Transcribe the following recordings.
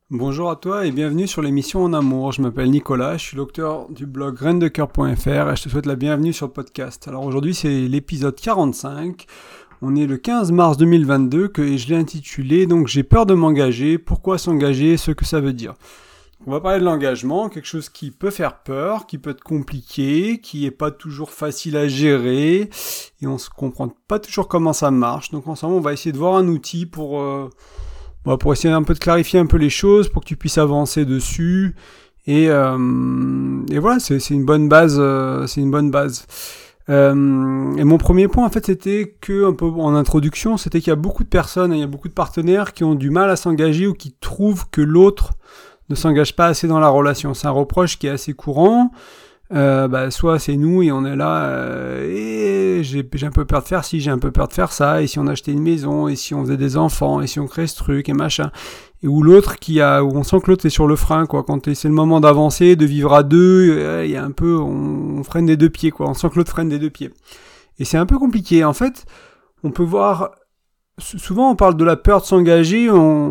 Bonjour à toi et bienvenue sur l'émission En Amour. Je m'appelle Nicolas, je suis l'auteur du blog graindecoeur.fr et je te souhaite la bienvenue sur le podcast. Alors aujourd'hui c'est l'épisode 45, on est le 15 mars 2022 et je l'ai intitulé donc J'ai peur de m'engager, pourquoi s'engager, ce que ça veut dire. On va parler de l'engagement, quelque chose qui peut faire peur, qui peut être compliqué, qui est pas toujours facile à gérer et on se comprend pas toujours comment ça marche. Donc ensemble on va essayer de voir un outil pour essayer un peu de clarifier un peu les choses, pour que tu puisses avancer dessus. Et voilà, c'est une bonne base. Et mon premier point, en fait, c'était que, un peu en introduction, c'était qu'il y a beaucoup de personnes, il y a beaucoup de partenaires qui ont du mal à s'engager ou qui trouvent que l'autre ne s'engage pas assez dans la relation. C'est un reproche qui est assez courant. Soit c'est nous et on est là et j'ai un peu peur de faire ci, j'ai un peu peur de faire ça, et si on achetait une maison, et si on faisait des enfants, et si on crée ce truc et machin, et où on sent que l'autre est sur le frein, quoi. Quand c'est le moment d'avancer, de vivre à deux, il y a un peu, on freine des deux pieds, quoi. On sent que l'autre freine des deux pieds, et c'est un peu compliqué. En fait, on peut voir, souvent on parle de la peur de s'engager,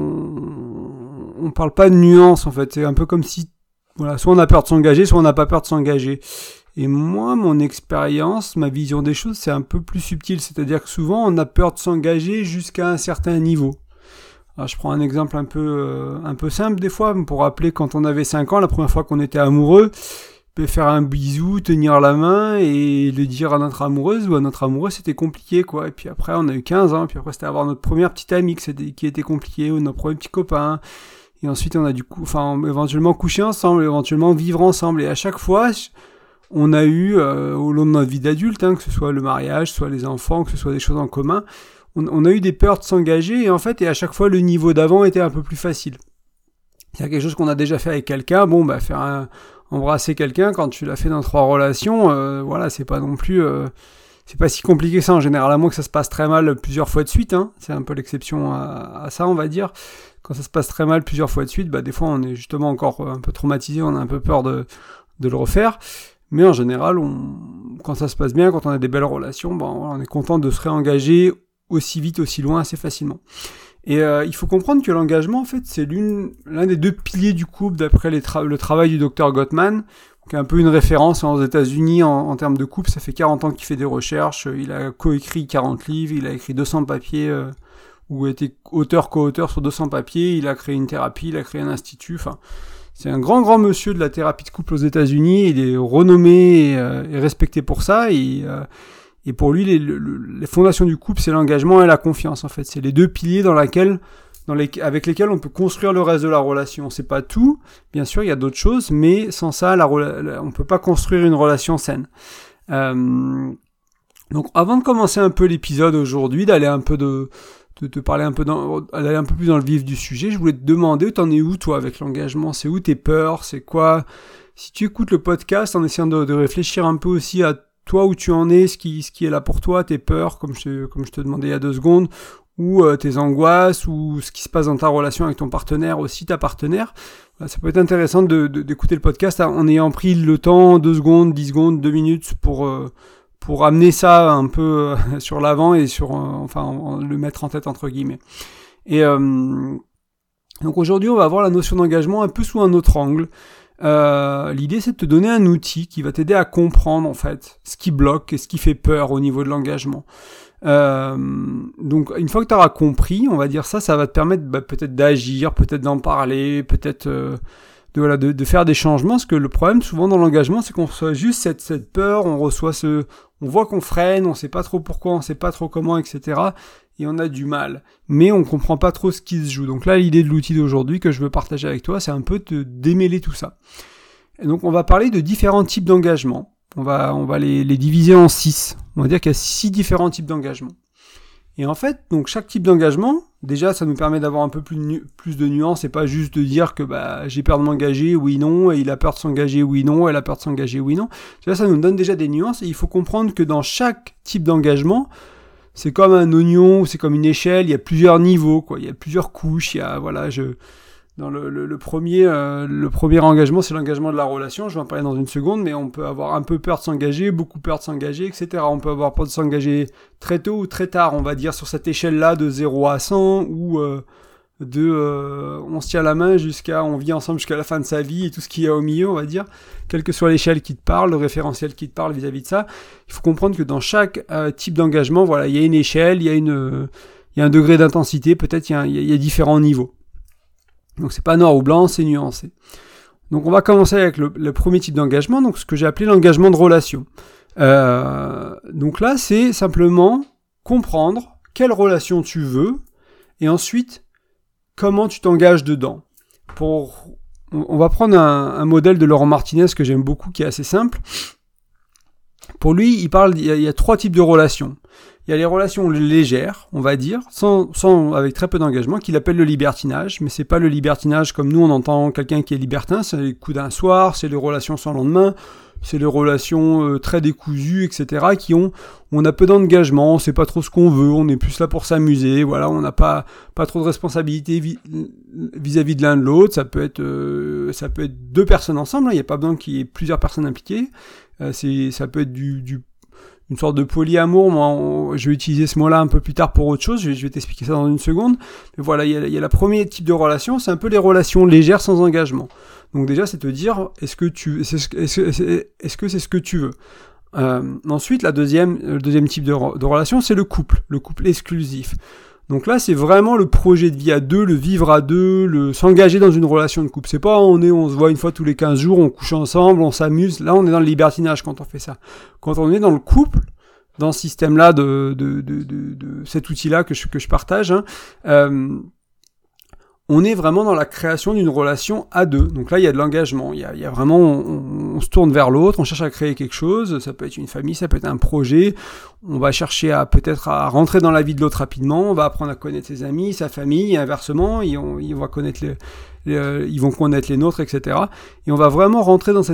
on parle pas de nuance, en fait. C'est un peu comme si soit on a peur de s'engager, soit on n'a pas peur de s'engager. Et moi, mon expérience, ma vision des choses, c'est un peu plus subtil. C'est-à-dire que souvent, on a peur de s'engager jusqu'à un certain niveau. Alors, je prends un exemple un peu simple des fois, pour rappeler quand on avait 5 ans, la première fois qu'on était amoureux, faire un bisou, tenir la main et le dire à notre amoureuse ou à notre amoureux, c'était compliqué, quoi. Et puis après, on a eu 15 ans, puis après, c'était avoir notre première petite amie qui était compliqué, ou notre premier petit copain. Et ensuite, on a éventuellement couché ensemble, éventuellement vivre ensemble. Et à chaque fois, on a eu, au long de notre vie d'adulte, que ce soit le mariage, soit les enfants, que ce soit des choses en commun, on a eu des peurs de s'engager. Et en fait, à chaque fois, le niveau d'avant était un peu plus facile. C'est quelque chose qu'on a déjà fait avec quelqu'un. Embrasser quelqu'un, quand tu l'as fait dans 3 relations, c'est pas non plus... c'est pas si compliqué que ça en général, à moins que ça se passe très mal plusieurs fois de suite. C'est un peu l'exception à ça, on va dire. Quand ça se passe très mal plusieurs fois de suite, des fois on est justement encore un peu traumatisé, on a un peu peur de le refaire. Mais en général, quand ça se passe bien, quand on a des belles relations, on est content de se réengager aussi vite, aussi loin, assez facilement. Et il faut comprendre que l'engagement, en fait, c'est l'un des 2 piliers du couple, d'après le travail du Dr Gottman, qui est un peu une référence aux États-Unis en termes de couple. Ça fait 40 ans qu'il fait des recherches, il a coécrit 40 livres, il a écrit 200 papiers, ou a été co-auteur sur 200 papiers, il a créé une thérapie, il a créé un institut, c'est un grand monsieur de la thérapie de couple aux États-Unis, il est renommé et respecté pour ça, et pour lui, les fondations du couple, c'est l'engagement et la confiance, en fait. C'est les 2 piliers avec lesquels on peut construire le reste de la relation. C'est pas tout, bien sûr, il y a d'autres choses, mais sans ça, on peut pas construire une relation saine. Donc, avant de commencer un peu l'épisode aujourd'hui, d'aller un peu te parler aller un peu plus dans le vif du sujet, je voulais te demander, t'en es où toi avec l'engagement? C'est où tes peurs? C'est quoi? Si tu écoutes le podcast en essayant de réfléchir un peu aussi à toi où tu en es, ce qui est là pour toi, tes peurs, comme je te demandais il y a 2 secondes, ou tes angoisses, ou ce qui se passe dans ta relation avec ton partenaire, aussi ta partenaire. Ça peut être intéressant d'écouter le podcast en ayant pris le temps, 2 secondes, 10 secondes, 2 minutes pour amener ça un peu sur l'avant et le mettre en tête entre guillemets. Et donc aujourd'hui, on va voir la notion d'engagement un peu sous un autre angle. L'idée, c'est de te donner un outil qui va t'aider à comprendre en fait ce qui bloque et ce qui fait peur au niveau de l'engagement. Donc une fois que tu auras compris, on va dire ça va te permettre peut-être d'agir, peut-être d'en parler, peut-être de faire des changements, parce que le problème souvent dans l'engagement, c'est qu'on reçoit juste cette peur, on voit qu'on freine, on sait pas trop pourquoi, on sait pas trop comment, etc. Et on a du mal, mais on comprend pas trop ce qui se joue. Donc là, l'idée de l'outil d'aujourd'hui que je veux partager avec toi, c'est un peu de démêler tout ça. Et donc on va parler de différents types d'engagement. On va les diviser en 6. On va dire qu'il y a 6 différents types d'engagement. Et en fait, donc chaque type d'engagement, déjà, ça nous permet d'avoir un peu plus de nuances et pas juste de dire que j'ai peur de m'engager, oui, non, et il a peur de s'engager, oui, non, elle a peur de s'engager, oui, non. Déjà, ça nous donne déjà des nuances, et il faut comprendre que dans chaque type d'engagement, c'est comme un oignon, c'est comme une échelle, il y a plusieurs niveaux, quoi, il y a plusieurs couches, dans le premier engagement, c'est l'engagement de la relation, je vais en parler dans une seconde, mais on peut avoir un peu peur de s'engager, beaucoup peur de s'engager, etc. On peut avoir peur de s'engager très tôt ou très tard, on va dire sur cette échelle-là de 0 à 100, ou on se tient la main on vit ensemble jusqu'à la fin de sa vie et tout ce qu'il y a au milieu, on va dire, quelle que soit l'échelle qui te parle, le référentiel qui te parle vis-à-vis de ça. Il faut comprendre que dans chaque type d'engagement, voilà, il y a une échelle, il y a un degré d'intensité, peut-être il y a différents niveaux. Donc c'est pas noir ou blanc, c'est nuancé. Donc on va commencer avec le premier type d'engagement, donc ce que j'ai appelé l'engagement de relation. Donc là, c'est simplement comprendre quelle relation tu veux et ensuite comment tu t'engages dedans. On va prendre un modèle de Laurent Martinez que j'aime beaucoup, qui est assez simple. Pour lui, il y a 3 types de relations. Il y a les relations légères, on va dire, avec très peu d'engagement, qu'il appelle le libertinage, mais c'est pas le libertinage comme nous on entend quelqu'un qui est libertin, c'est les coups d'un soir, c'est les relations sans lendemain, c'est les relations très décousues, etc., on a peu d'engagement, on sait pas trop ce qu'on veut, on est plus là pour s'amuser, voilà, on n'a pas trop de responsabilité vis-à-vis de l'un de l'autre, ça peut être 2 personnes ensemble, il n'y a pas besoin qu'il y ait plusieurs personnes impliquées, ça peut être une sorte de polyamour. Moi, je vais utiliser ce mot-là un peu plus tard pour autre chose, je vais t'expliquer ça dans une seconde. Mais voilà, il y a la première type de relation, c'est un peu les relations légères sans engagement. Donc déjà, c'est te dire, est-ce que c'est ce que tu veux? Ensuite, le deuxième type de relation, c'est le couple exclusif. Donc là, c'est vraiment le projet de vie à deux, le vivre à deux, s'engager dans une relation de couple. C'est pas on se voit une fois tous les 15 jours, on couche ensemble, on s'amuse. Là, on est dans le libertinage quand on fait ça. Quand on est dans le couple, dans ce système-là de cet outil-là que je partage, on est vraiment dans la création d'une relation à deux. Donc là, il y a de l'engagement. Il y a vraiment, on se tourne vers l'autre, on cherche à créer quelque chose. Ça peut être une famille, ça peut être un projet. On va chercher peut-être à rentrer dans la vie de l'autre rapidement. On va apprendre à connaître ses amis, sa famille, et inversement, ils vont connaître les nôtres, etc. Et on va vraiment rentrer dans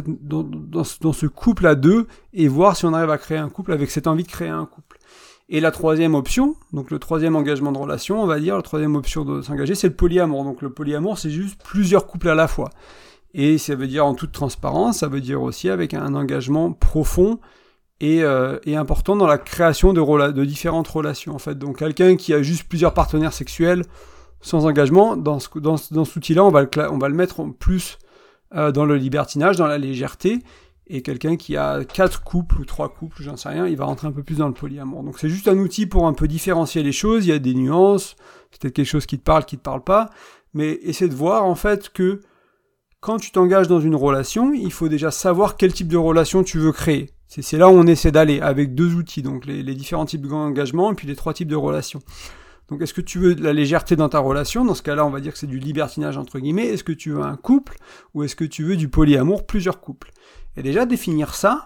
ce couple à deux et voir si on arrive à créer un couple avec cette envie de créer un couple. Et la troisième option, donc le troisième engagement de relation, on va dire, la troisième option de s'engager, c'est le polyamour. Donc le polyamour, c'est juste plusieurs couples à la fois. Et ça veut dire en toute transparence, ça veut dire aussi avec un engagement profond et important dans la création de différentes relations, en fait. Donc quelqu'un qui a juste plusieurs partenaires sexuels sans engagement, dans cet outil-là, on va le mettre en plus dans le libertinage, dans la légèreté. Et quelqu'un qui a 4 couples ou 3 couples, j'en sais rien, il va rentrer un peu plus dans le polyamour. Donc c'est juste un outil pour un peu différencier les choses, il y a des nuances, peut-être quelque chose qui te parle pas, mais essaie de voir en fait que quand tu t'engages dans une relation, il faut déjà savoir quel type de relation tu veux créer. C'est là où on essaie d'aller, avec 2 outils, donc les différents types d'engagement et puis les 3 types de relations. Donc est-ce que tu veux de la légèreté dans ta relation? Dans ce cas-là, on va dire que c'est du libertinage entre guillemets. Est-ce que tu veux un couple ou est-ce que tu veux du polyamour, plusieurs couples? Et déjà, définir ça,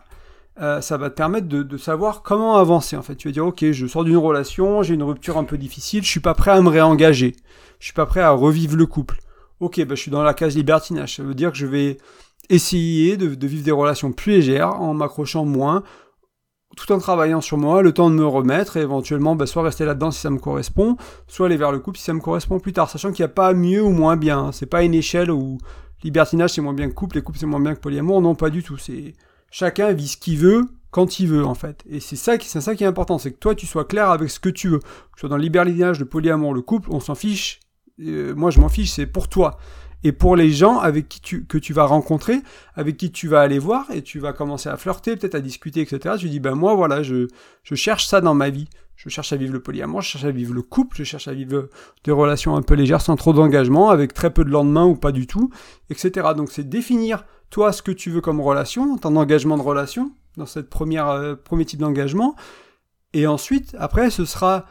ça va te permettre de savoir comment avancer, en fait. Tu vas dire, ok, je sors d'une relation, j'ai une rupture un peu difficile, je suis pas prêt à me réengager. Je suis pas prêt à revivre le couple. Ok, je suis dans la case libertinage. Ça veut dire que je vais essayer de vivre des relations plus légères, en m'accrochant moins, tout en travaillant sur moi, le temps de me remettre, et éventuellement, soit rester là-dedans si ça me correspond, soit aller vers le couple si ça me correspond plus tard. Sachant qu'il n'y a pas mieux ou moins bien. C'est pas une échelle où libertinage c'est moins bien que couple, les couples c'est moins bien que polyamour, non pas du tout, c'est chacun vit ce qu'il veut, quand il veut en fait, et c'est ça qui est important, c'est que toi tu sois clair avec ce que tu veux, que tu sois dans le libertinage, le polyamour, le couple, on s'en fiche, moi je m'en fiche, c'est pour toi, et pour les gens que tu vas rencontrer, avec qui tu vas aller voir, et tu vas commencer à flirter, peut-être à discuter, etc., tu dis, moi voilà, je cherche ça dans ma vie. Je cherche à vivre le polyamour, je cherche à vivre le couple, je cherche à vivre des relations un peu légères sans trop d'engagement, avec très peu de lendemain ou pas du tout, etc. Donc c'est définir, toi, ce que tu veux comme relation, ton engagement de relation, dans cette premier type d'engagement, et ensuite, après, ce sera...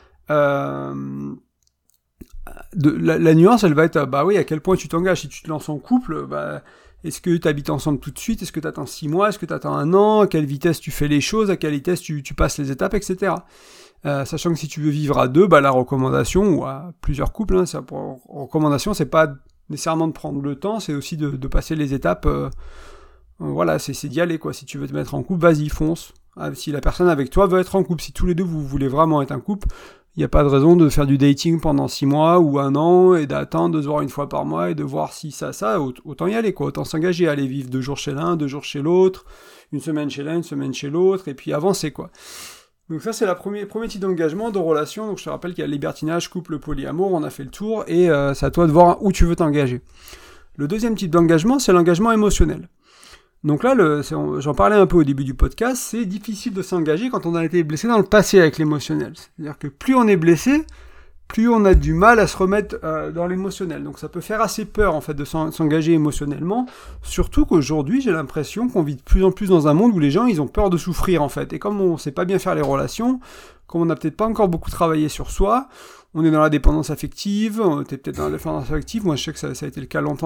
la nuance, elle va être, oui, à quel point tu t'engages. Si tu te lances en couple, est-ce que tu habites ensemble tout de suite? Est-ce que tu attends 6 mois? Est-ce que tu attends 1 an? À quelle vitesse tu fais les choses? À quelle vitesse tu passes les étapes, etc. Sachant que si tu veux vivre à 2, la recommandation, ou à plusieurs couples, recommandation, c'est pas nécessairement de prendre le temps, c'est aussi de passer les étapes, voilà, c'est d'y aller, quoi. Si tu veux te mettre en couple, vas-y, fonce. Si la personne avec toi veut être en couple, si tous les deux vous voulez vraiment être un couple, il n'y a pas de raison de faire du dating pendant 6 mois ou 1 an, et d'attendre de se voir une fois par mois, et de voir si ça, autant y aller, quoi. Autant s'engager, aller vivre 2 jours chez l'un, 2 jours chez l'autre, 1 semaine chez l'un, 1 semaine chez l'autre, et puis avancer, quoi. Donc ça, c'est le premier type d'engagement, de relation. Donc je te rappelle qu'il y a libertinage, couple, polyamour, on a fait le tour, et c'est à toi de voir où tu veux t'engager. Le deuxième type d'engagement, c'est l'engagement émotionnel. Donc là, j'en parlais un peu au début du podcast, c'est difficile de s'engager quand on a été blessé dans le passé avec l'émotionnel. C'est-à-dire que plus on est blessé, plus on a du mal à se remettre dans l'émotionnel. Donc ça peut faire assez peur en fait de s'engager émotionnellement, surtout qu'aujourd'hui j'ai l'impression qu'on vit de plus en plus dans un monde où les gens ils ont peur de souffrir en fait. Et comme on sait pas bien faire les relations, comme on n'a peut-être pas encore beaucoup travaillé sur soi, on est dans la dépendance affective, t'es peut-être dans la dépendance affective, moi je sais que ça a été le cas longtemps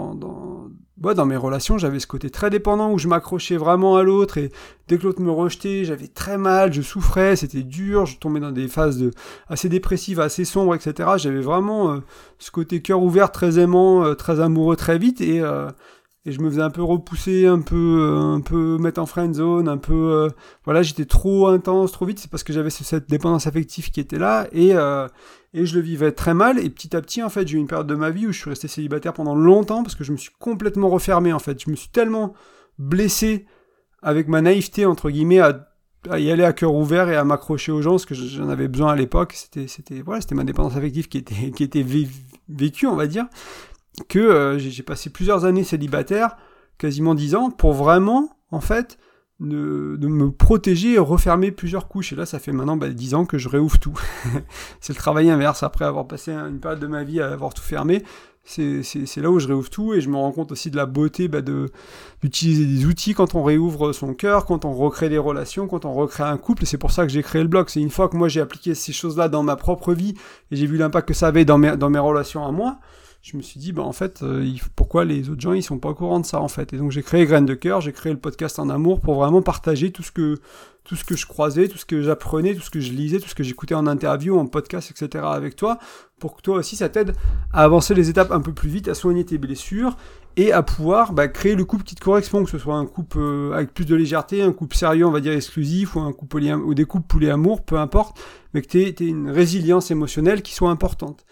dans mes relations, j'avais ce côté très dépendant où je m'accrochais vraiment à l'autre et dès que l'autre me rejetait, j'avais très mal, je souffrais, c'était dur, je tombais dans des phases assez dépressives, assez sombres, etc. J'avais vraiment ce côté cœur ouvert, très aimant, très amoureux très vite et je me faisais un peu repousser, un peu mettre en friend zone, un peu voilà, j'étais trop intense, trop vite, c'est parce que j'avais cette dépendance affective qui était là et je le vivais très mal et petit à petit en fait, j'ai eu une période de ma vie où je suis resté célibataire pendant longtemps parce que je me suis complètement refermé en fait, je me suis tellement blessé avec ma naïveté entre guillemets à y aller à cœur ouvert et à m'accrocher aux gens parce que j'en avais besoin à l'époque, c'était ma dépendance affective qui était vécue, on va dire. Que j'ai passé plusieurs années célibataire, quasiment 10 ans, pour vraiment, en fait, de me protéger et refermer plusieurs couches. Et là, ça fait maintenant 10 ans que je réouvre tout. C'est le travail inverse. Après avoir passé une période de ma vie à avoir tout fermé, c'est là où je réouvre tout et je me rends compte aussi de la beauté d'utiliser des outils quand on réouvre son cœur, quand on recrée des relations, quand on recrée un couple. Et c'est pour ça que j'ai créé le blog. C'est une fois que moi j'ai appliqué ces choses-là dans ma propre vie et j'ai vu l'impact que ça avait dans mes relations à moi, je me suis dit, en fait, pourquoi les autres gens, ils sont pas au courant de ça, en fait. Et donc, j'ai créé Graines de Cœur, j'ai créé le podcast En Amour pour vraiment partager tout ce que je croisais, tout ce que j'apprenais, tout ce que je lisais, tout ce que j'écoutais en interview, en podcast, etc. avec toi, pour que toi aussi, ça t'aide à avancer les étapes un peu plus vite, à soigner tes blessures et à pouvoir créer le couple qui te correspond, que ce soit un couple avec plus de légèreté, un couple sérieux, on va dire exclusif, ou un couple ou des couples polyamour, peu importe, mais que t'aies une résilience émotionnelle qui soit importante.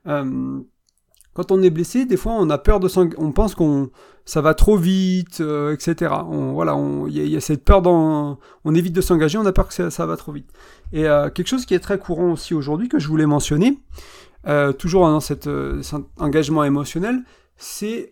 Quand on est blessé, des fois, on a peur on pense ça va trop vite, etc. Il y a cette peur on évite de s'engager, on a peur que ça va trop vite. Et quelque chose qui est très courant aussi aujourd'hui, que je voulais mentionner, toujours dans cet engagement émotionnel, c'est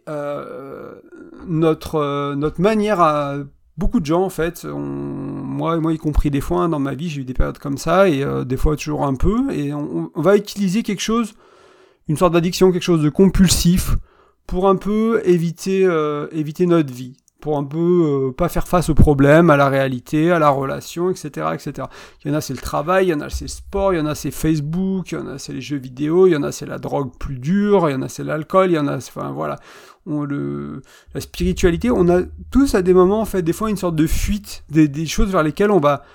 notre manière à beaucoup de gens, en fait, moi y compris des fois, dans ma vie, j'ai eu des périodes comme ça, et des fois toujours un peu, et on va utiliser quelque chose, une sorte d'addiction, quelque chose de compulsif, pour un peu éviter notre vie, pour un peu pas faire face aux problèmes, à la réalité, à la relation, etc., etc. Il y en a c'est le travail, il y en a c'est le sport, il y en a c'est Facebook, il y en a c'est les jeux vidéo, il y en a c'est la drogue plus dure, il y en a c'est l'alcool, il y en a, enfin voilà, la spiritualité, on a tous à des moments en fait, des fois une sorte de fuite, des choses vers lesquelles on va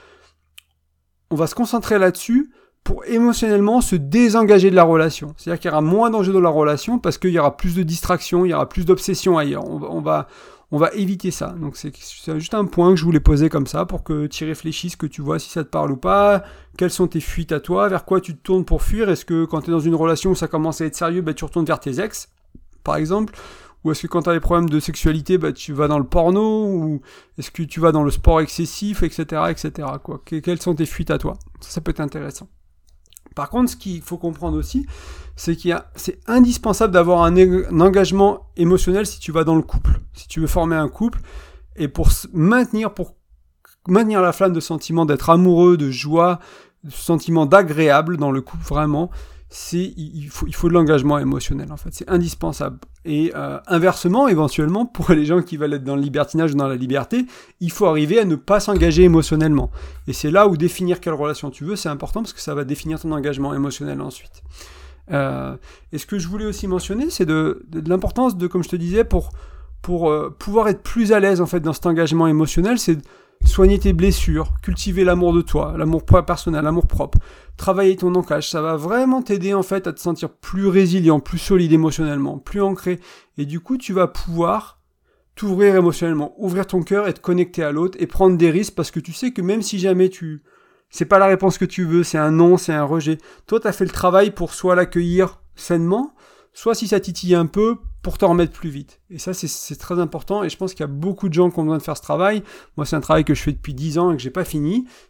se concentrer là-dessus, pour émotionnellement se désengager de la relation. C'est-à-dire qu'il y aura moins d'enjeux dans la relation parce qu'il y aura plus de distractions, il y aura plus d'obsession ailleurs. On va éviter ça. Donc c'est juste un point que je voulais poser comme ça pour que tu y réfléchisses, que tu vois si ça te parle ou pas, quelles sont tes fuites à toi, vers quoi tu te tournes pour fuir. Est-ce que quand tu es dans une relation où ça commence à être sérieux, tu retournes vers tes ex, par exemple, ou est-ce que quand tu as des problèmes de sexualité, tu vas dans le porno, ou est-ce que tu vas dans le sport excessif, etc., etc., quoi. Quelles sont tes fuites à toi? Ça peut être intéressant. Par contre, ce qu'il faut comprendre aussi, c'est c'est indispensable d'avoir un engagement émotionnel si tu vas dans le couple, si tu veux former un couple, et pour maintenir la flamme de sentiment d'être amoureux, de joie, de sentiment d'agréable dans le couple vraiment, il faut de l'engagement émotionnel en fait, c'est indispensable. Et inversement, éventuellement, pour les gens qui veulent être dans le libertinage ou dans la liberté, il faut arriver à ne pas s'engager émotionnellement. Et c'est là où définir quelle relation tu veux, c'est important parce que ça va définir ton engagement émotionnel ensuite. Et ce que je voulais aussi mentionner, c'est de l'importance de, comme je te disais, pour pouvoir être plus à l'aise en fait dans cet engagement émotionnel, c'est soigner tes blessures, cultiver l'amour de toi, l'amour personnel, l'amour propre, travailler ton ancrage, ça va vraiment t'aider en fait à te sentir plus résilient, plus solide émotionnellement, plus ancré, et du coup tu vas pouvoir t'ouvrir émotionnellement, ouvrir ton cœur et te connecter à l'autre et prendre des risques parce que tu sais que même si jamais c'est pas la réponse que tu veux, c'est un non, c'est un rejet, toi t'as fait le travail pour soit l'accueillir sainement, soit si ça titille un peu, pour te remettre plus vite. Et ça, c'est très important, et je pense qu'il y a beaucoup de gens qui ont besoin de faire ce travail. Moi, c'est un travail que je fais depuis 10 ans et que j'ai pas fini,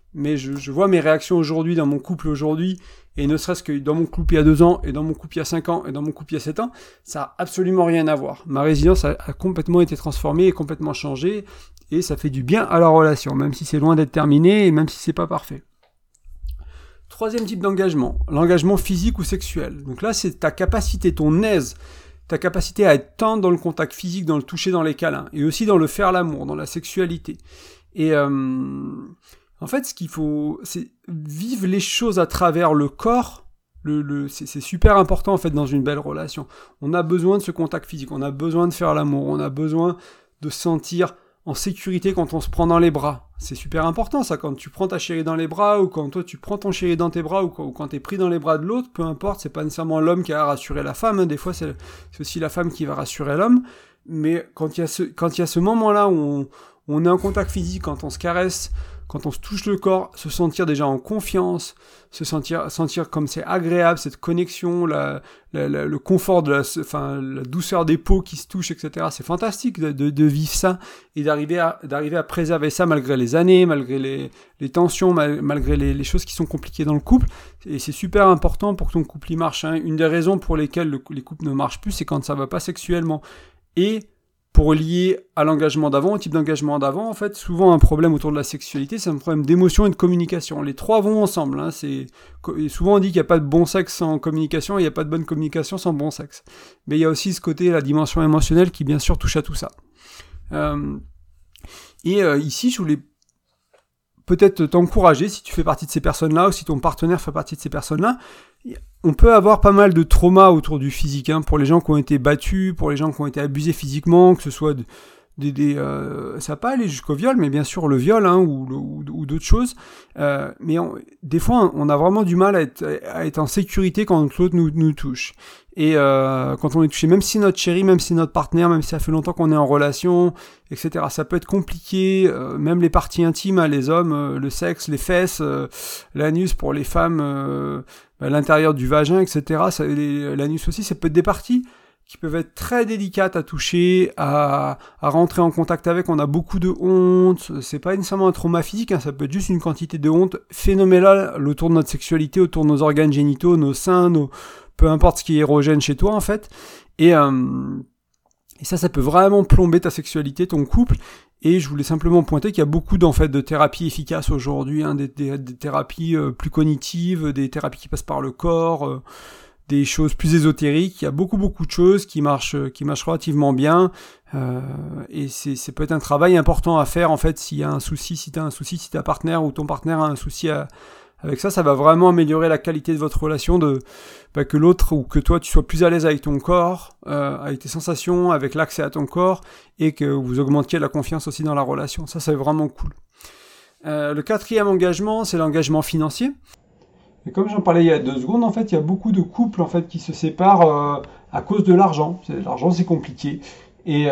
mais je vois mes réactions aujourd'hui dans mon couple aujourd'hui, et ne serait-ce que dans mon couple il y a 2 ans, et dans mon couple il y a 5 ans, et dans mon couple il y a 7 ans, ça a absolument rien à voir. Ma résilience a complètement été transformée et complètement changée, et ça fait du bien à la relation, même si c'est loin d'être terminé, et même si c'est pas parfait. Troisième type d'engagement, l'engagement physique ou sexuel. Donc là, c'est ta capacité, ton aise, ta capacité à être tendre dans le contact physique, dans le toucher, dans les câlins, et aussi dans le faire l'amour, dans la sexualité. Et en fait, ce qu'il faut, c'est vivre les choses à travers le corps. C'est super important en fait dans une belle relation. On a besoin de ce contact physique, on a besoin de faire l'amour, on a besoin de se sentir en sécurité quand on se prend dans les bras. C'est super important ça, quand tu prends ta chérie dans les bras, ou quand toi tu prends ton chéri dans tes bras, ou quand t'es pris dans les bras de l'autre, peu importe, c'est pas nécessairement l'homme qui va rassurer la femme, hein. Des fois c'est aussi la femme qui va rassurer l'homme, mais quand il y a ce moment-là où on est en contact physique, quand on se caresse, quand on se touche le corps, se sentir déjà en confiance, sentir comme c'est agréable, cette connexion, le confort de la douceur des peaux qui se touchent, etc. C'est fantastique de vivre ça et d'arriver à préserver ça malgré les années, malgré les tensions, malgré les choses qui sont compliquées dans le couple. Et c'est super important pour que ton couple y marche, hein. Une des raisons pour lesquelles les couples ne marchent plus, c'est quand ça va pas sexuellement. Et pour lier à l'engagement d'avant, au type d'engagement d'avant, en fait, souvent un problème autour de la sexualité, c'est un problème d'émotion et de communication. Les trois vont ensemble, hein. Souvent on dit qu'il n'y a pas de bon sexe sans communication, et il n'y a pas de bonne communication sans bon sexe. Mais il y a aussi ce côté, la dimension émotionnelle, qui bien sûr touche à tout ça. Ici, je voulais peut-être t'encourager, si tu fais partie de ces personnes-là, ou si ton partenaire fait partie de ces personnes-là. On peut avoir pas mal de traumas autour du physique, hein, pour les gens qui ont été battus, pour les gens qui ont été abusés physiquement, que ce soit ça peut aller jusqu'au viol, mais bien sûr le viol, hein, ou d'autres choses. Mais des fois, on a vraiment du mal à être en sécurité quand l'autre nous touche. Et quand on est touché, même si notre chéri, même si notre partenaire, même si ça fait longtemps qu'on est en relation, etc., ça peut être compliqué. Même les parties intimes, hein, les hommes, le sexe, les fesses, l'anus pour les femmes, l'intérieur du vagin, etc., l'anus aussi, ça peut être des parties qui peuvent être très délicates à toucher, à rentrer en contact avec. On a beaucoup de honte, c'est pas nécessairement un trauma physique, hein, ça peut être juste une quantité de honte phénoménale autour de notre sexualité, autour de nos organes génitaux, nos seins, peu importe ce qui est érogène chez toi en fait. Et ça peut vraiment plomber ta sexualité, ton couple. Et je voulais simplement pointer qu'il y a beaucoup de thérapies efficaces aujourd'hui, hein, des thérapies plus cognitives, des thérapies qui passent par le corps, des choses plus ésotériques. Il y a beaucoup de choses qui marchent relativement bien, et c'est peut-être un travail important à faire en fait s'il y a un souci, si ta partenaire ou ton partenaire a un souci avec ça, ça va vraiment améliorer la qualité de votre relation, que l'autre ou que toi tu sois plus à l'aise avec ton corps, avec tes sensations, avec l'accès à ton corps, et que vous augmentiez la confiance aussi dans la relation. Ça c'est vraiment cool. Le quatrième engagement, c'est l'engagement financier. Et comme j'en parlais il y a 2 secondes, en fait, il y a beaucoup de couples en fait qui se séparent à cause de l'argent. L'argent, c'est compliqué. Et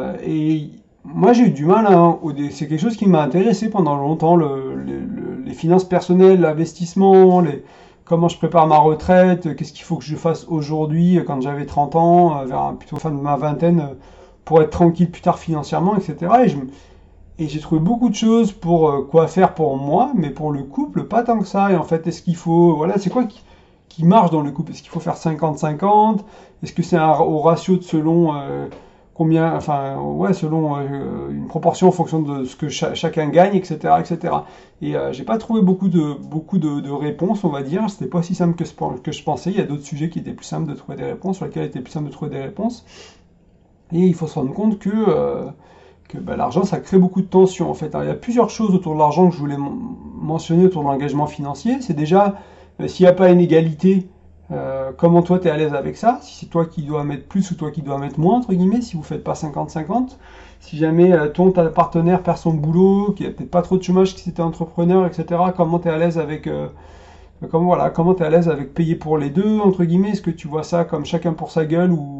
moi, j'ai eu du mal. Hein, c'est quelque chose qui m'a intéressé pendant longtemps, les finances personnelles, l'investissement, comment je prépare ma retraite, qu'est-ce qu'il faut que je fasse aujourd'hui, quand j'avais 30 ans, plutôt fin de ma vingtaine, pour être tranquille plus tard financièrement, etc. Et j'ai trouvé beaucoup de choses pour quoi faire pour moi, mais pour le couple, pas tant que ça. Et en fait, est-ce qu'il faut... Voilà, c'est quoi qui marche dans le couple? Est-ce qu'il faut faire 50-50? Est-ce que c'est au ratio de selon combien... Enfin, ouais, selon une proportion en fonction de ce que chacun gagne, etc., etc. Et j'ai pas trouvé beaucoup de réponses, on va dire. C'était pas si simple que je pensais. Il y a d'autres sujets qui étaient plus simples de trouver des réponses, sur lesquels il était plus simple de trouver des réponses. Et il faut se rendre compte que l'argent, ça crée beaucoup de tensions, en fait. Alors, il y a plusieurs choses autour de l'argent que je voulais mentionner autour de l'engagement financier. C'est déjà, s'il n'y a pas une égalité, comment toi, tu es à l'aise avec ça? Si c'est toi qui dois mettre plus ou toi qui dois mettre moins, entre guillemets, si vous ne faites pas 50-50. Si jamais ta partenaire perd son boulot, qu'il n'y a peut-être pas trop de chômage, si c'était entrepreneur, etc., comment tu es à l'aise avec... comment tu es à l'aise avec payer pour les deux, entre guillemets? Est-ce que tu vois ça comme chacun pour sa gueule, ou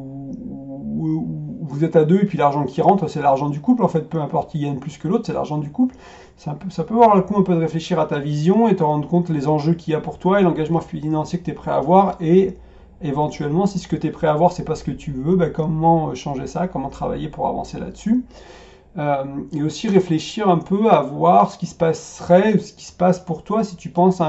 vous êtes à deux et puis l'argent qui rentre, c'est l'argent du couple, en fait, peu importe qui gagne plus que l'autre, c'est l'argent du couple. Ça peut avoir le coup un peu de réfléchir à ta vision et te rendre compte les enjeux qu'il y a pour toi et l'engagement financier que tu es prêt à avoir, et éventuellement, si ce que tu es prêt à avoir, c'est pas ce que tu veux, comment changer ça, comment travailler pour avancer là-dessus. Et aussi réfléchir un peu à voir ce qui se passerait, ce qui se passe pour toi si tu penses à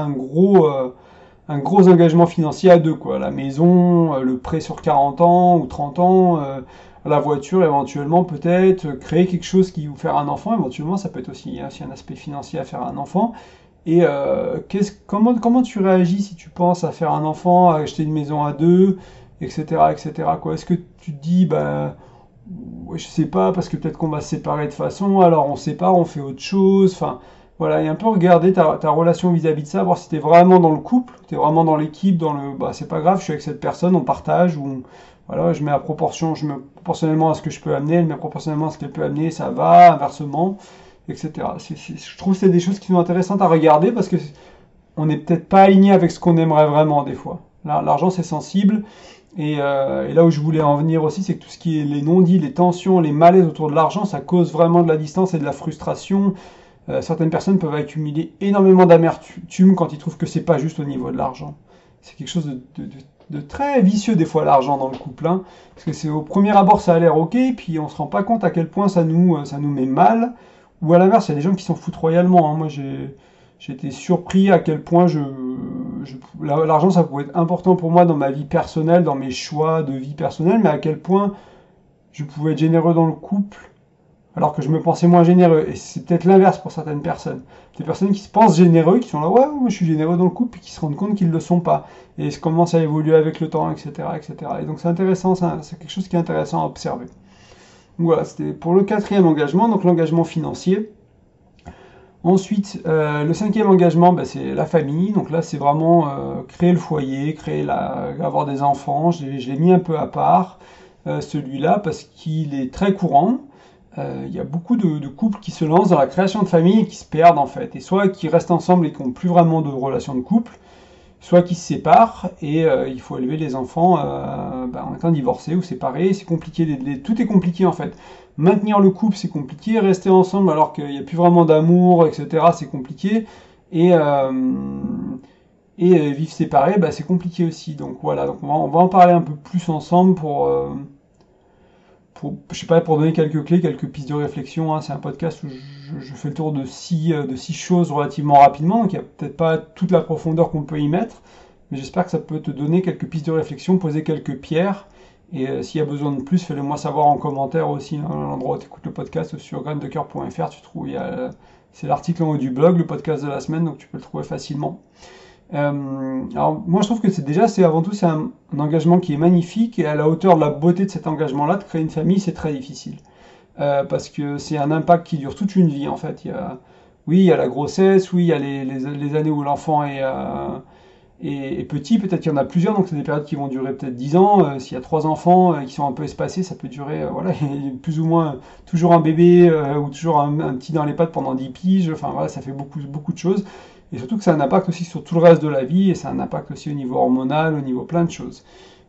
un gros engagement financier à deux, quoi. La maison, le prêt sur 40 ans ou 30 ans, la voiture éventuellement peut-être, créer quelque chose qui vous faire un enfant, éventuellement ça peut être aussi, hein, un aspect financier à faire un enfant. Et comment tu réagis si tu penses à faire un enfant, à acheter une maison à deux, etc., etc., quoi. Est-ce que tu te dis, bah, ouais, je sais pas, parce que peut-être qu'on va se séparer de façon, alors on se sépare, on fait autre chose, enfin, voilà, et un peu regarder ta relation vis-à-vis de ça, voir si t'es vraiment dans le couple, t'es vraiment dans l'équipe, dans le, bah, c'est pas grave, je suis avec cette personne, on partage, ou, voilà, je mets à proportion, je mets proportionnellement à ce que je peux amener, elle met proportionnellement à ce qu'elle peut amener, ça va, inversement, etc. Je trouve que c'est des choses qui sont intéressantes à regarder, parce que on n'est peut-être pas aligné avec ce qu'on aimerait vraiment, des fois. L'argent, c'est sensible, et là où je voulais en venir aussi, c'est que tout ce qui est les non-dits, les tensions, les malaises autour de l'argent, ça cause vraiment de la distance et de la frustration. Certaines personnes peuvent accumuler énormément d'amertume quand ils trouvent que c'est pas juste au niveau de l'argent. C'est quelque chose de très vicieux des fois l'argent dans le couple, hein, parce que c'est au premier abord ça a l'air ok, puis on se rend pas compte à quel point ça nous met mal. Ou à l'inverse, il y a des gens qui s'en foutent royalement, hein. Moi j'ai été surpris à quel point l'argent ça pouvait être important pour moi dans ma vie personnelle, dans mes choix de vie personnelle, mais à quel point je pouvais être généreux dans le couple alors que je me pensais moins généreux. Et c'est peut-être l'inverse pour certaines personnes. Des personnes qui se pensent généreux, qui sont là, ouais, moi je suis généreux dans le couple, puis qui se rendent compte qu'ils ne le sont pas. Et ça commence à évoluer avec le temps, etc., etc. Et donc c'est intéressant, c'est quelque chose qui est intéressant à observer. Donc voilà, c'était pour le quatrième engagement, donc l'engagement financier. Ensuite, le cinquième engagement, bah, c'est la famille. Donc là, c'est vraiment créer le foyer, avoir des enfants. Je l'ai mis un peu à part, celui-là, parce qu'il est très courant. Il y a beaucoup de couples qui se lancent dans la création de famille et qui se perdent en fait. Et soit qui restent ensemble et qui n'ont plus vraiment de relation de couple, soit qui se séparent et il faut élever les enfants en étant divorcés ou séparés. C'est compliqué, tout est compliqué en fait. Maintenir le couple c'est compliqué, rester ensemble alors qu'il n'y a plus vraiment d'amour, etc. c'est compliqué. Et, vivre séparés, bah, c'est compliqué aussi. Donc voilà, donc on va en parler un peu plus ensemble je sais pas, pour donner quelques clés, quelques pistes de réflexion, hein. C'est un podcast où je fais le tour de six choses relativement rapidement, donc il n'y a peut-être pas toute la profondeur qu'on peut y mettre, mais j'espère que ça peut te donner quelques pistes de réflexion, poser quelques pierres, et s'il y a besoin de plus, fais-le moi savoir en commentaire aussi, hein, à l'endroit où tu écoutes le podcast, sur graindecoeur.fr, tu trouves, c'est l'article en haut du blog, le podcast de la semaine, donc tu peux le trouver facilement. Alors moi je trouve que c'est avant tout un engagement qui est magnifique et à la hauteur de la beauté de cet engagement-là, de créer une famille, c'est très difficile. Parce que c'est un impact qui dure toute une vie en fait. Oui, il y a la grossesse, oui, il y a les années où l'enfant est petit, peut-être qu'il y en a plusieurs, donc c'est des périodes qui vont durer peut-être 10 ans. S'il y a 3 enfants qui sont un peu espacés, ça peut durer, voilà, plus ou moins toujours un bébé ou toujours un petit dans les pattes pendant 10 piges, enfin voilà, ça fait beaucoup, beaucoup de choses. Et surtout que ça a un impact aussi sur tout le reste de la vie, et ça a un impact aussi au niveau hormonal, au niveau plein de choses.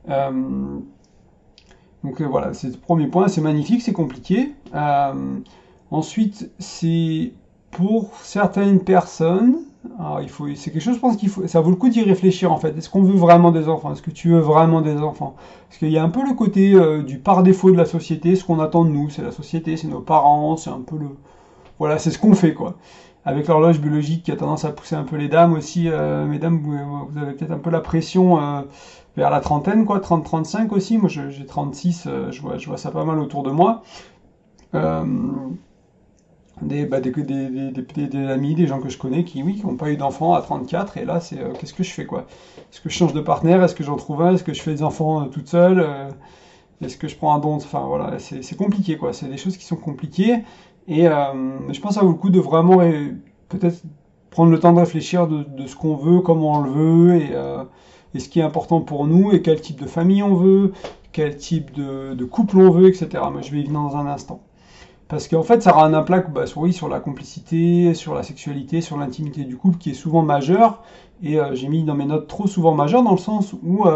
Donc voilà, c'est le premier point, c'est magnifique, c'est compliqué. Ensuite, c'est pour certaines personnes, alors c'est quelque chose, je pense ça vaut le coup d'y réfléchir en fait. Est-ce qu'on veut vraiment des enfants? Est-ce que tu veux vraiment des enfants? Parce qu'il y a un peu le côté du par défaut de la société, ce qu'on attend de nous, c'est la société, c'est nos parents, c'est un peu voilà, c'est ce qu'on fait quoi. Avec l'horloge biologique qui a tendance à pousser un peu les dames aussi, mesdames, vous avez peut-être un peu la pression vers la trentaine, quoi, 30-35 aussi. Moi, j'ai 36, je vois ça pas mal autour de moi. Euh, des amis, des gens que je connais qui n'ont pas eu d'enfants à 34, et là, c'est qu'est-ce que je fais, quoi? Est-ce que je change de partenaire? Est-ce que j'en trouve un? Est-ce que je fais des enfants toute seule? Est-ce que je prends un don? Enfin, voilà, c'est compliqué, quoi. C'est des choses qui sont compliquées. Et je pense que ça vaut le coup de vraiment peut-être prendre le temps de réfléchir de ce qu'on veut, comment on le veut, et ce qui est important pour nous, et quel type de famille on veut, quel type de couple on veut, etc. Moi, je vais y venir dans un instant. Parce qu'en fait, ça aura un impact sur la complicité, sur la sexualité, sur l'intimité du couple, qui est souvent majeur. Et j'ai mis dans mes notes trop souvent majeur, dans le sens où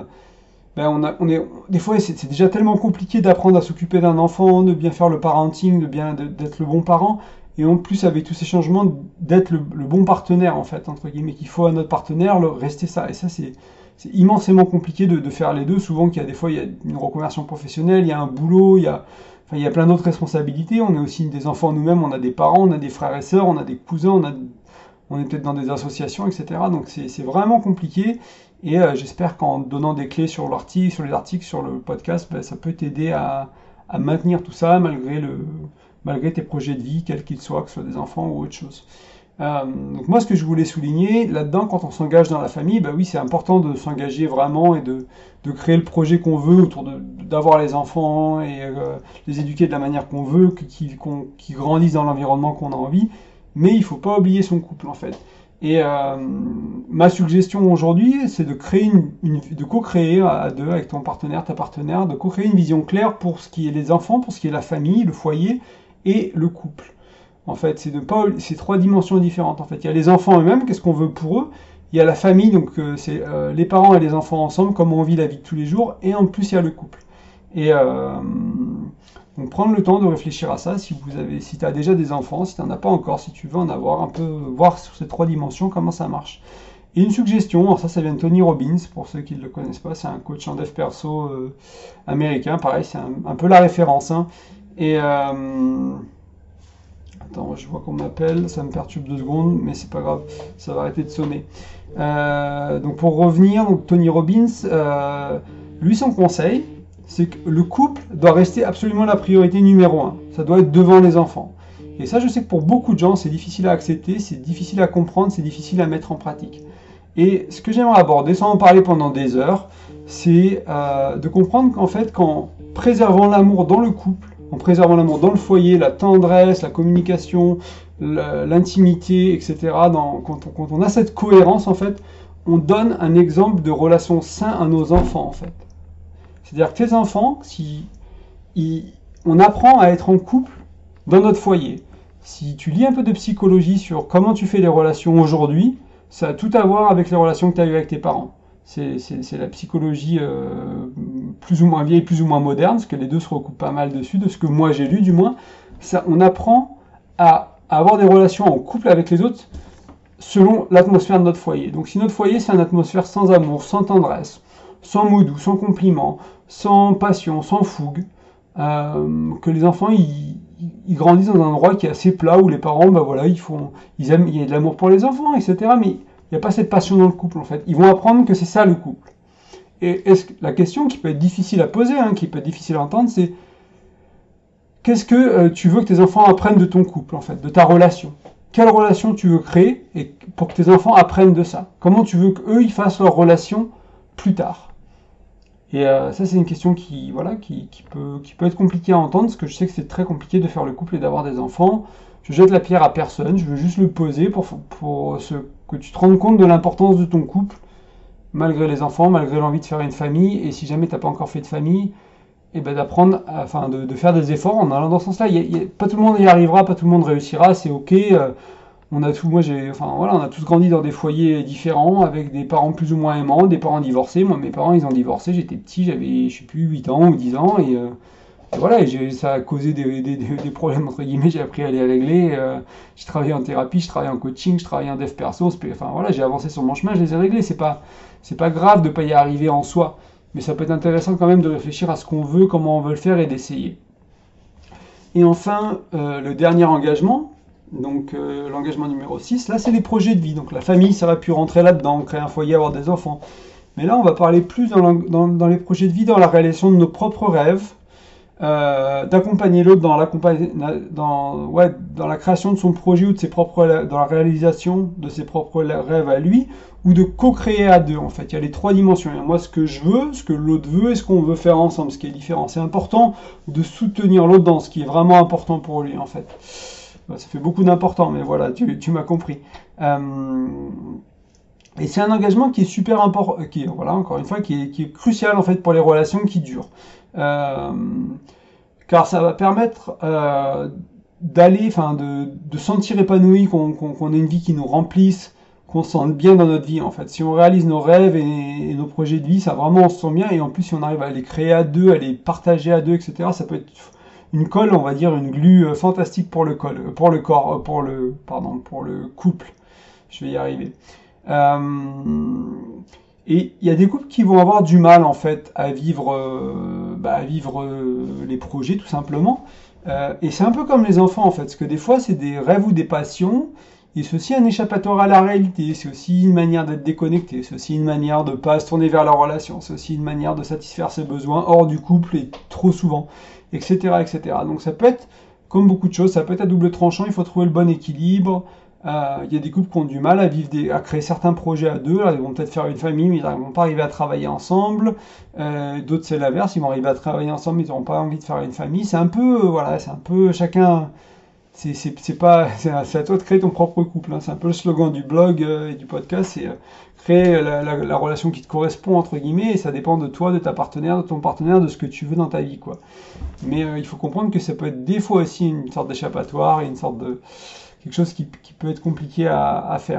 des fois, c'est déjà tellement compliqué d'apprendre à s'occuper d'un enfant, de bien faire le parenting, d'être le bon parent, et en plus avec tous ces changements, d'être le bon partenaire en fait, entre guillemets, qu'il faut à notre partenaire, rester ça. Et ça, c'est immensément compliqué de faire les deux. Souvent, des fois, il y a une reconversion professionnelle, il y a un boulot, il y a Enfin, il y a plein d'autres responsabilités. On est aussi des enfants nous-mêmes, on a des parents, on a des frères et sœurs, on a des cousins, on est peut-être dans des associations, etc. Donc c'est vraiment compliqué. Et j'espère qu'en donnant des clés sur les articles, sur le podcast, ben, ça peut t'aider à maintenir tout ça malgré tes projets de vie, quels qu'ils soient, que ce soit des enfants ou autre chose. Donc moi, ce que je voulais souligner là-dedans, quand on s'engage dans la famille, bah oui, c'est important de s'engager vraiment et de créer le projet qu'on veut autour d'avoir les enfants et les éduquer de la manière qu'on veut, qu'ils grandissent dans l'environnement qu'on a envie. Mais il faut pas oublier son couple en fait. Et ma suggestion aujourd'hui, c'est de créer de co-créer à deux avec ton partenaire, ta partenaire, de co-créer une vision claire pour ce qui est les enfants, pour ce qui est la famille, le foyer et le couple. En fait, c'est trois dimensions différentes. En fait, il y a les enfants eux-mêmes, qu'est-ce qu'on veut pour eux. Il y a la famille, donc c'est les parents et les enfants ensemble, comment on vit la vie de tous les jours. Et en plus, il y a le couple. Et donc prendre le temps de réfléchir à ça. Si tu as déjà des enfants, si tu n'en as pas encore, si tu veux en avoir un peu, voir sur ces trois dimensions comment ça marche. Et une suggestion, alors ça vient de Tony Robbins, pour ceux qui ne le connaissent pas, c'est un coach en dev perso américain. Pareil, c'est un peu la référence. Hein. Et attends, je vois qu'on m'appelle, ça me perturbe 2 secondes, mais c'est pas grave, ça va arrêter de sonner. Donc pour revenir, donc Tony Robbins, lui son conseil, c'est que le couple doit rester absolument la priorité numéro 1. Ça doit être devant les enfants. Et ça, je sais que pour beaucoup de gens, c'est difficile à accepter, c'est difficile à comprendre, c'est difficile à mettre en pratique. Et ce que j'aimerais aborder, sans en parler pendant des heures, c'est de comprendre qu'en fait, qu'en préservant l'amour dans le couple, en préservant l'amour dans le foyer, la tendresse, la communication, l'intimité, etc. Quand on a cette cohérence, en fait, on donne un exemple de relation saine à nos enfants, en fait. C'est-à-dire que tes enfants, on apprend à être en couple dans notre foyer. Si tu lis un peu de psychologie sur comment tu fais les relations aujourd'hui, ça a tout à voir avec les relations que tu as eues avec tes parents. C'est la psychologie plus ou moins vieille, plus ou moins moderne, parce que les deux se recoupent pas mal dessus, de ce que moi j'ai lu du moins. On apprend à avoir des relations en couple avec les autres selon l'atmosphère de notre foyer. Donc si notre foyer c'est une atmosphère sans amour, sans tendresse, sans mots doux, sans compliments, sans passion, sans fougue, que les enfants ils grandissent dans un endroit qui est assez plat, où les parents, bah voilà, il y a de l'amour pour les enfants, etc. Mais il n'y a pas cette passion dans le couple, en fait. Ils vont apprendre que c'est ça, le couple. Et la question qui peut être difficile à poser, qui peut être difficile à entendre, c'est qu'est-ce que tu veux que tes enfants apprennent de ton couple, en fait, de ta relation? Quelle relation tu veux créer pour que tes enfants apprennent de ça? Comment tu veux qu'eux, ils fassent leur relation plus tard? Et ça, c'est une question qui peut être compliquée à entendre, parce que je sais que c'est très compliqué de faire le couple et d'avoir des enfants. Je jette la pierre à personne, je veux juste le poser pour que tu te rendes compte de l'importance de ton couple, malgré les enfants, malgré l'envie de faire une famille, et si jamais tu n'as pas encore fait de famille, et ben d'apprendre, de faire des efforts en allant dans ce sens-là. Pas tout le monde y arrivera, pas tout le monde réussira, c'est ok. On a tous grandi dans des foyers différents, avec des parents plus ou moins aimants, des parents divorcés. Moi, mes parents, ils ont divorcé, j'étais petit, j'avais, je sais plus, 8 ans ou 10 ans, et voilà, ça a causé des problèmes, entre guillemets, j'ai appris à les régler. J'ai travaillé en thérapie, je travaille en coaching, je travaille en dev perso, j'ai avancé sur mon chemin, je les ai réglés. C'est pas grave de pas y arriver en soi, mais ça peut être intéressant quand même de réfléchir à ce qu'on veut, comment on veut le faire et d'essayer. Et enfin, le dernier engagement, donc l'engagement numéro 6, là c'est les projets de vie. Donc la famille, ça va pu rentrer là-dedans, créer un foyer, avoir des enfants. Mais là, on va parler plus dans les projets de vie, dans la réalisation de nos propres rêves, d'accompagner l'autre dans la création de son projet ou dans la réalisation de ses propres rêves à lui, ou de co-créer à deux. En fait, il y a les trois dimensions. Il y a moi ce que je veux, ce que l'autre veut et ce qu'on veut faire ensemble, ce qui est différent. C'est important de soutenir l'autre dans ce qui est vraiment important pour lui, en fait. Ça fait beaucoup d'important, mais voilà, tu m'as compris. Et c'est un engagement qui est super important, encore une fois, qui est crucial en fait pour les relations qui durent. Car ça va permettre de sentir épanoui, qu'on ait une vie qui nous remplisse, qu'on se sente bien dans notre vie en fait. Si on réalise nos rêves et nos projets de vie, ça vraiment on se sent bien, et en plus si on arrive à les créer à deux, à les partager à deux, etc., ça peut être une colle, on va dire, une glue fantastique pour le couple. Je vais y arriver. Et il y a des couples qui vont avoir du mal en fait à vivre à vivre les projets tout simplement. Et c'est un peu comme les enfants en fait, parce que des fois c'est des rêves ou des passions, et c'est aussi un échappatoire à la réalité, c'est aussi une manière d'être déconnecté, c'est aussi une manière de ne pas se tourner vers la relation, c'est aussi une manière de satisfaire ses besoins hors du couple et trop souvent, etc. etc. Donc ça peut être, comme beaucoup de choses, ça peut être à double tranchant, il faut trouver le bon équilibre. Il y a des couples qui ont du mal à créer certains projets à deux. Là, ils vont peut-être faire une famille, mais ils ne vont pas arriver à travailler ensemble. D'autres, c'est l'inverse, ils vont arriver à travailler ensemble, mais ils n'auront pas envie de faire une famille. C'est un peu, voilà, c'est un peu chacun. C'est pas, c'est à toi de créer ton propre couple. Hein. C'est un peu le slogan du blog et du podcast, c'est créer la relation qui te correspond entre guillemets. Et ça dépend de toi, de ta partenaire, de ton partenaire, de ce que tu veux dans ta vie, quoi. Mais il faut comprendre que ça peut être des fois aussi une sorte d'échappatoire et une sorte de quelque chose qui peut être compliqué à faire.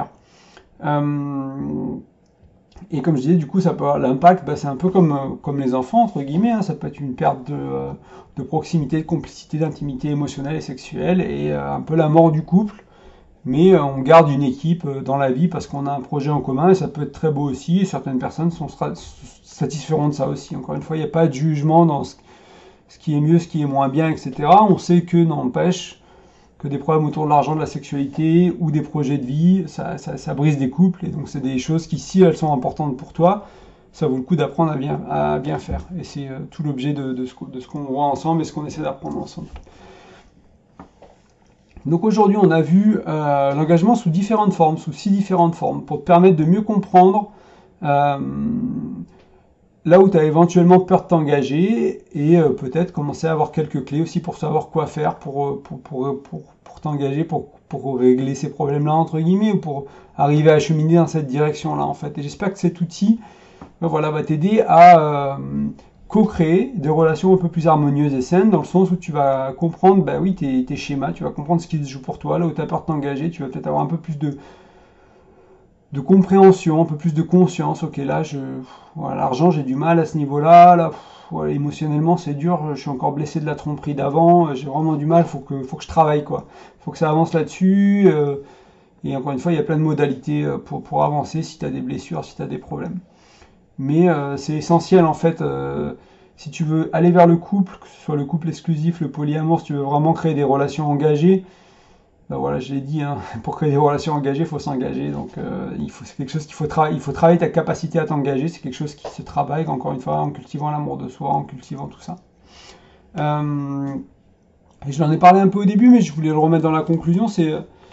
Et comme je disais, du coup, ça peut l'impact, c'est un peu comme les enfants, entre guillemets, hein, ça peut être une perte de proximité, de complicité, d'intimité émotionnelle et sexuelle, et un peu la mort du couple, mais on garde une équipe dans la vie parce qu'on a un projet en commun, et ça peut être très beau aussi, et certaines personnes satisferont de ça aussi. Encore une fois, il n'y a pas de jugement dans ce qui est mieux, ce qui est moins bien, etc. On sait que n'empêche que des problèmes autour de l'argent, de la sexualité ou des projets de vie, ça brise des couples. Et donc c'est des choses qui, si elles sont importantes pour toi, ça vaut le coup d'apprendre à bien faire. Et c'est tout l'objet de ce qu'on voit ensemble et ce qu'on essaie d'apprendre ensemble. Donc aujourd'hui, on a vu l'engagement sous différentes formes, sous 6 différentes formes, pour te permettre de mieux comprendre là où tu as éventuellement peur de t'engager et peut-être commencer à avoir quelques clés aussi pour savoir quoi faire pour t'engager, pour régler ces problèmes-là, entre guillemets, ou pour arriver à cheminer dans cette direction-là, en fait. Et j'espère que cet outil va t'aider à co-créer des relations un peu plus harmonieuses et saines, dans le sens où tu vas comprendre tes schémas, tu vas comprendre ce qui se joue pour toi, là où tu as peur de t'engager, tu vas peut-être avoir un peu plus de compréhension, un peu plus de conscience. Ok, là, l'argent, j'ai du mal à ce niveau-là. Là, émotionnellement, c'est dur. Je suis encore blessé de la tromperie d'avant. J'ai vraiment du mal. Faut que je travaille, quoi. Faut que ça avance là-dessus. Et encore une fois, il y a plein de modalités pour avancer si tu as des blessures, si tu as des problèmes. Mais c'est essentiel, en fait. Si tu veux aller vers le couple, que ce soit le couple exclusif, le polyamour, si tu veux vraiment créer des relations engagées, voilà, je l'ai dit, hein, pour créer des relations engagées, il faut s'engager. Donc, c'est quelque chose qu'il faut travailler. Il faut travailler ta capacité à t'engager. C'est quelque chose qui se travaille, encore une fois, en cultivant l'amour de soi, en cultivant tout ça. Et je l'en ai parlé un peu au début, mais je voulais le remettre dans la conclusion. C'est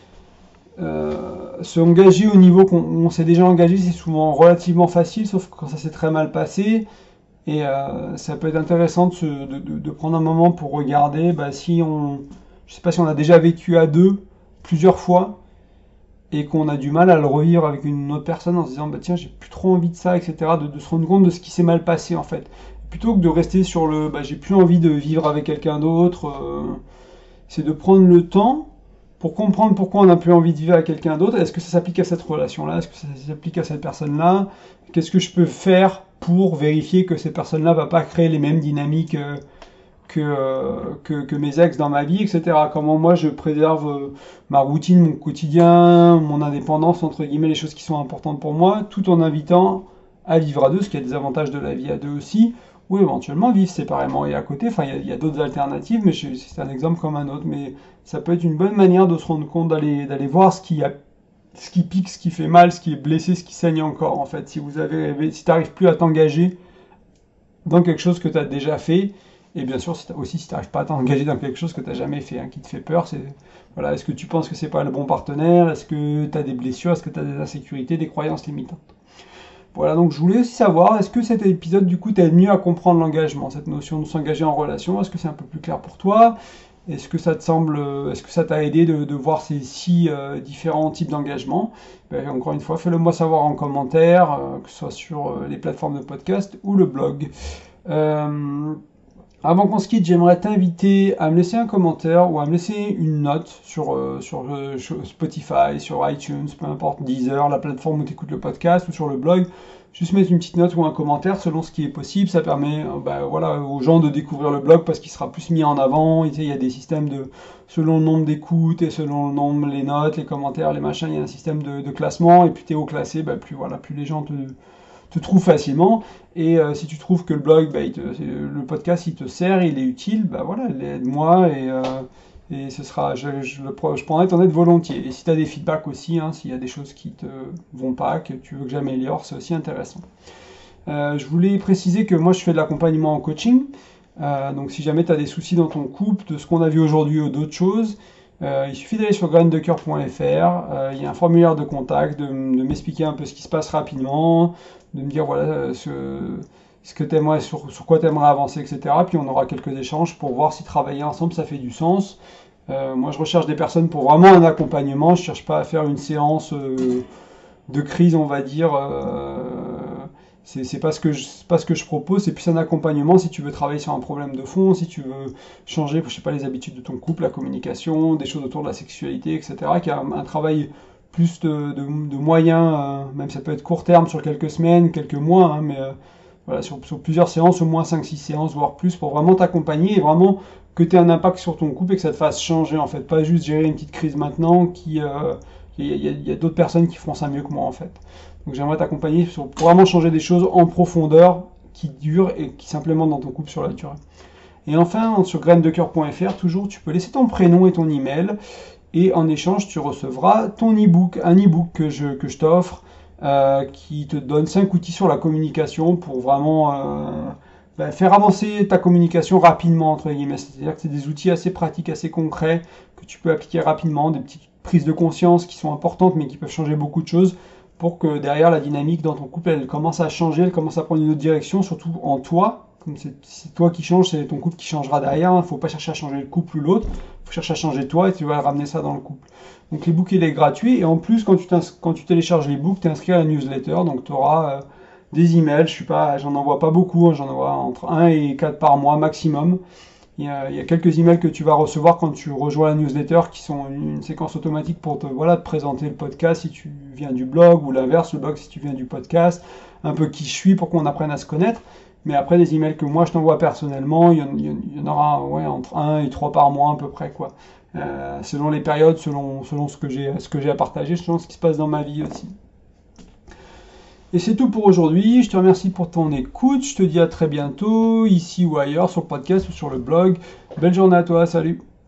se engager au niveau où on s'est déjà engagé, c'est souvent relativement facile, sauf quand ça s'est très mal passé. Et ça peut être intéressant de prendre un moment pour regarder si on... Je sais pas si on a déjà vécu à deux plusieurs fois et qu'on a du mal à le revivre avec une autre personne en se disant tiens, j'ai plus trop envie de ça, etc. De se rendre compte de ce qui s'est mal passé en fait. Plutôt que de rester sur le j'ai plus envie de vivre avec quelqu'un d'autre, c'est de prendre le temps pour comprendre pourquoi on n'a plus envie de vivre avec quelqu'un d'autre. Est-ce que ça s'applique à cette relation-là? Est-ce que ça s'applique à cette personne-là? Qu'est-ce que je peux faire pour vérifier que cette personne-là ne va pas créer les mêmes dynamiques que mes ex dans ma vie, etc. Comment moi je préserve ma routine, mon quotidien, mon indépendance, entre guillemets, les choses qui sont importantes pour moi, tout en invitant à vivre à deux, ce qui a des avantages de la vie à deux aussi, ou éventuellement vivre séparément et à côté. Enfin, il y a d'autres alternatives, mais c'est un exemple comme un autre. Mais ça peut être une bonne manière de se rendre compte, d'aller voir ce qui pique, ce qui fait mal, ce qui est blessé, ce qui saigne encore, en fait. Si tu n'arrives plus à t'engager dans quelque chose que tu as déjà fait, et bien sûr, si tu n'arrives pas à t'engager dans quelque chose que tu n'as jamais fait, qui te fait peur, est-ce que tu penses que c'est pas le bon partenaire? Est-ce que tu as des blessures? Est-ce que tu as des insécurités, des croyances limitantes? Voilà, donc je voulais aussi savoir, est-ce que cet épisode, du coup, t'aide mieux à comprendre l'engagement, cette notion de s'engager en relation? Est-ce que c'est un peu plus clair pour toi? Est-ce que ça t'a aidé de voir ces 6 différents types d'engagement? Encore une fois, fais-le moi savoir en commentaire, que ce soit sur les plateformes de podcast ou le blog. Avant qu'on se quitte, j'aimerais t'inviter à me laisser un commentaire ou à me laisser une note sur Spotify, sur iTunes, peu importe, Deezer, la plateforme où tu écoutes le podcast ou sur le blog. Juste mettre une petite note ou un commentaire selon ce qui est possible. Ça permet aux gens de découvrir le blog parce qu'il sera plus mis en avant. Il y a des systèmes selon le nombre d'écoutes et selon le nombre, les notes, les commentaires, les machins, il y a un système de classement. Et plus tu es haut classé, plus les gens te te trouve facilement. Et si tu trouves que le blog, le podcast, il te sert, il est utile, bah voilà, aide-moi et ce sera, je prendrai ton aide volontiers. Et si tu as des feedbacks aussi, hein, s'il y a des choses qui te vont pas, que tu veux que j'améliore, c'est aussi intéressant. Je voulais préciser que moi je fais de l'accompagnement en coaching. Donc si jamais tu as des soucis dans ton couple, de ce qu'on a vu aujourd'hui ou d'autres choses, il suffit d'aller sur graindecoeur.fr, il y a un formulaire de contact, de m'expliquer un peu ce qui se passe rapidement, de me dire voilà ce que t'aimerais, sur quoi tu aimerais avancer, etc. Puis on aura quelques échanges pour voir si travailler ensemble ça fait du sens. Moi je recherche des personnes pour vraiment un accompagnement, je cherche pas à faire une séance de crise, on va dire. C'est pas ce que je propose, c'est plus un accompagnement si tu veux travailler sur un problème de fond, si tu veux changer, je sais pas, les habitudes de ton couple, la communication, des choses autour de la sexualité, etc. Qui a un travail plus de moyen, même ça peut être court terme sur quelques semaines, quelques mois, hein, mais voilà, sur plusieurs séances, au moins 5-6 séances, voire plus, pour vraiment t'accompagner et vraiment que tu aies un impact sur ton couple et que ça te fasse changer, en fait. Pas juste gérer une petite crise maintenant, il y a d'autres personnes qui feront ça mieux que moi, en fait. Donc j'aimerais t'accompagner pour vraiment changer des choses en profondeur, qui durent et qui s'implémentent dans ton couple sur la durée. Et enfin, sur graindecoeur.fr, toujours, tu peux laisser ton prénom et ton email, et en échange, tu recevras ton e-book, un e-book que je t'offre, qui te donne 5 outils sur la communication pour vraiment faire avancer ta communication rapidement, entre guillemets. C'est-à-dire que c'est des outils assez pratiques, assez concrets, que tu peux appliquer rapidement, des petites prises de conscience qui sont importantes, mais qui peuvent changer beaucoup de choses, pour que derrière la dynamique dans ton couple, elle commence à changer, elle commence à prendre une autre direction, surtout en toi. Comme c'est toi qui changes, c'est ton couple qui changera derrière. Il ne faut pas chercher à changer le couple ou l'autre, il faut chercher à changer toi et tu vas ramener ça dans le couple. Donc l'e-book il est gratuit et en plus quand tu télécharges l'e-book, tu es inscrit à la newsletter, donc tu auras des emails. J'en envoie pas beaucoup, hein, j'en envoie entre 1 et 4 par mois maximum. Il y a quelques emails que tu vas recevoir quand tu rejoins la newsletter qui sont une séquence automatique pour te présenter le podcast si tu viens du blog ou l'inverse, le blog si tu viens du podcast, un peu qui je suis pour qu'on apprenne à se connaître. Mais après, des emails que moi je t'envoie personnellement, il y en aura entre 1 et 3 par mois à peu près, quoi. Selon les périodes, selon ce que j'ai à partager, selon ce qui se passe dans ma vie aussi. Et c'est tout pour aujourd'hui, je te remercie pour ton écoute, je te dis à très bientôt, ici ou ailleurs, sur le podcast ou sur le blog. Belle journée à toi, salut!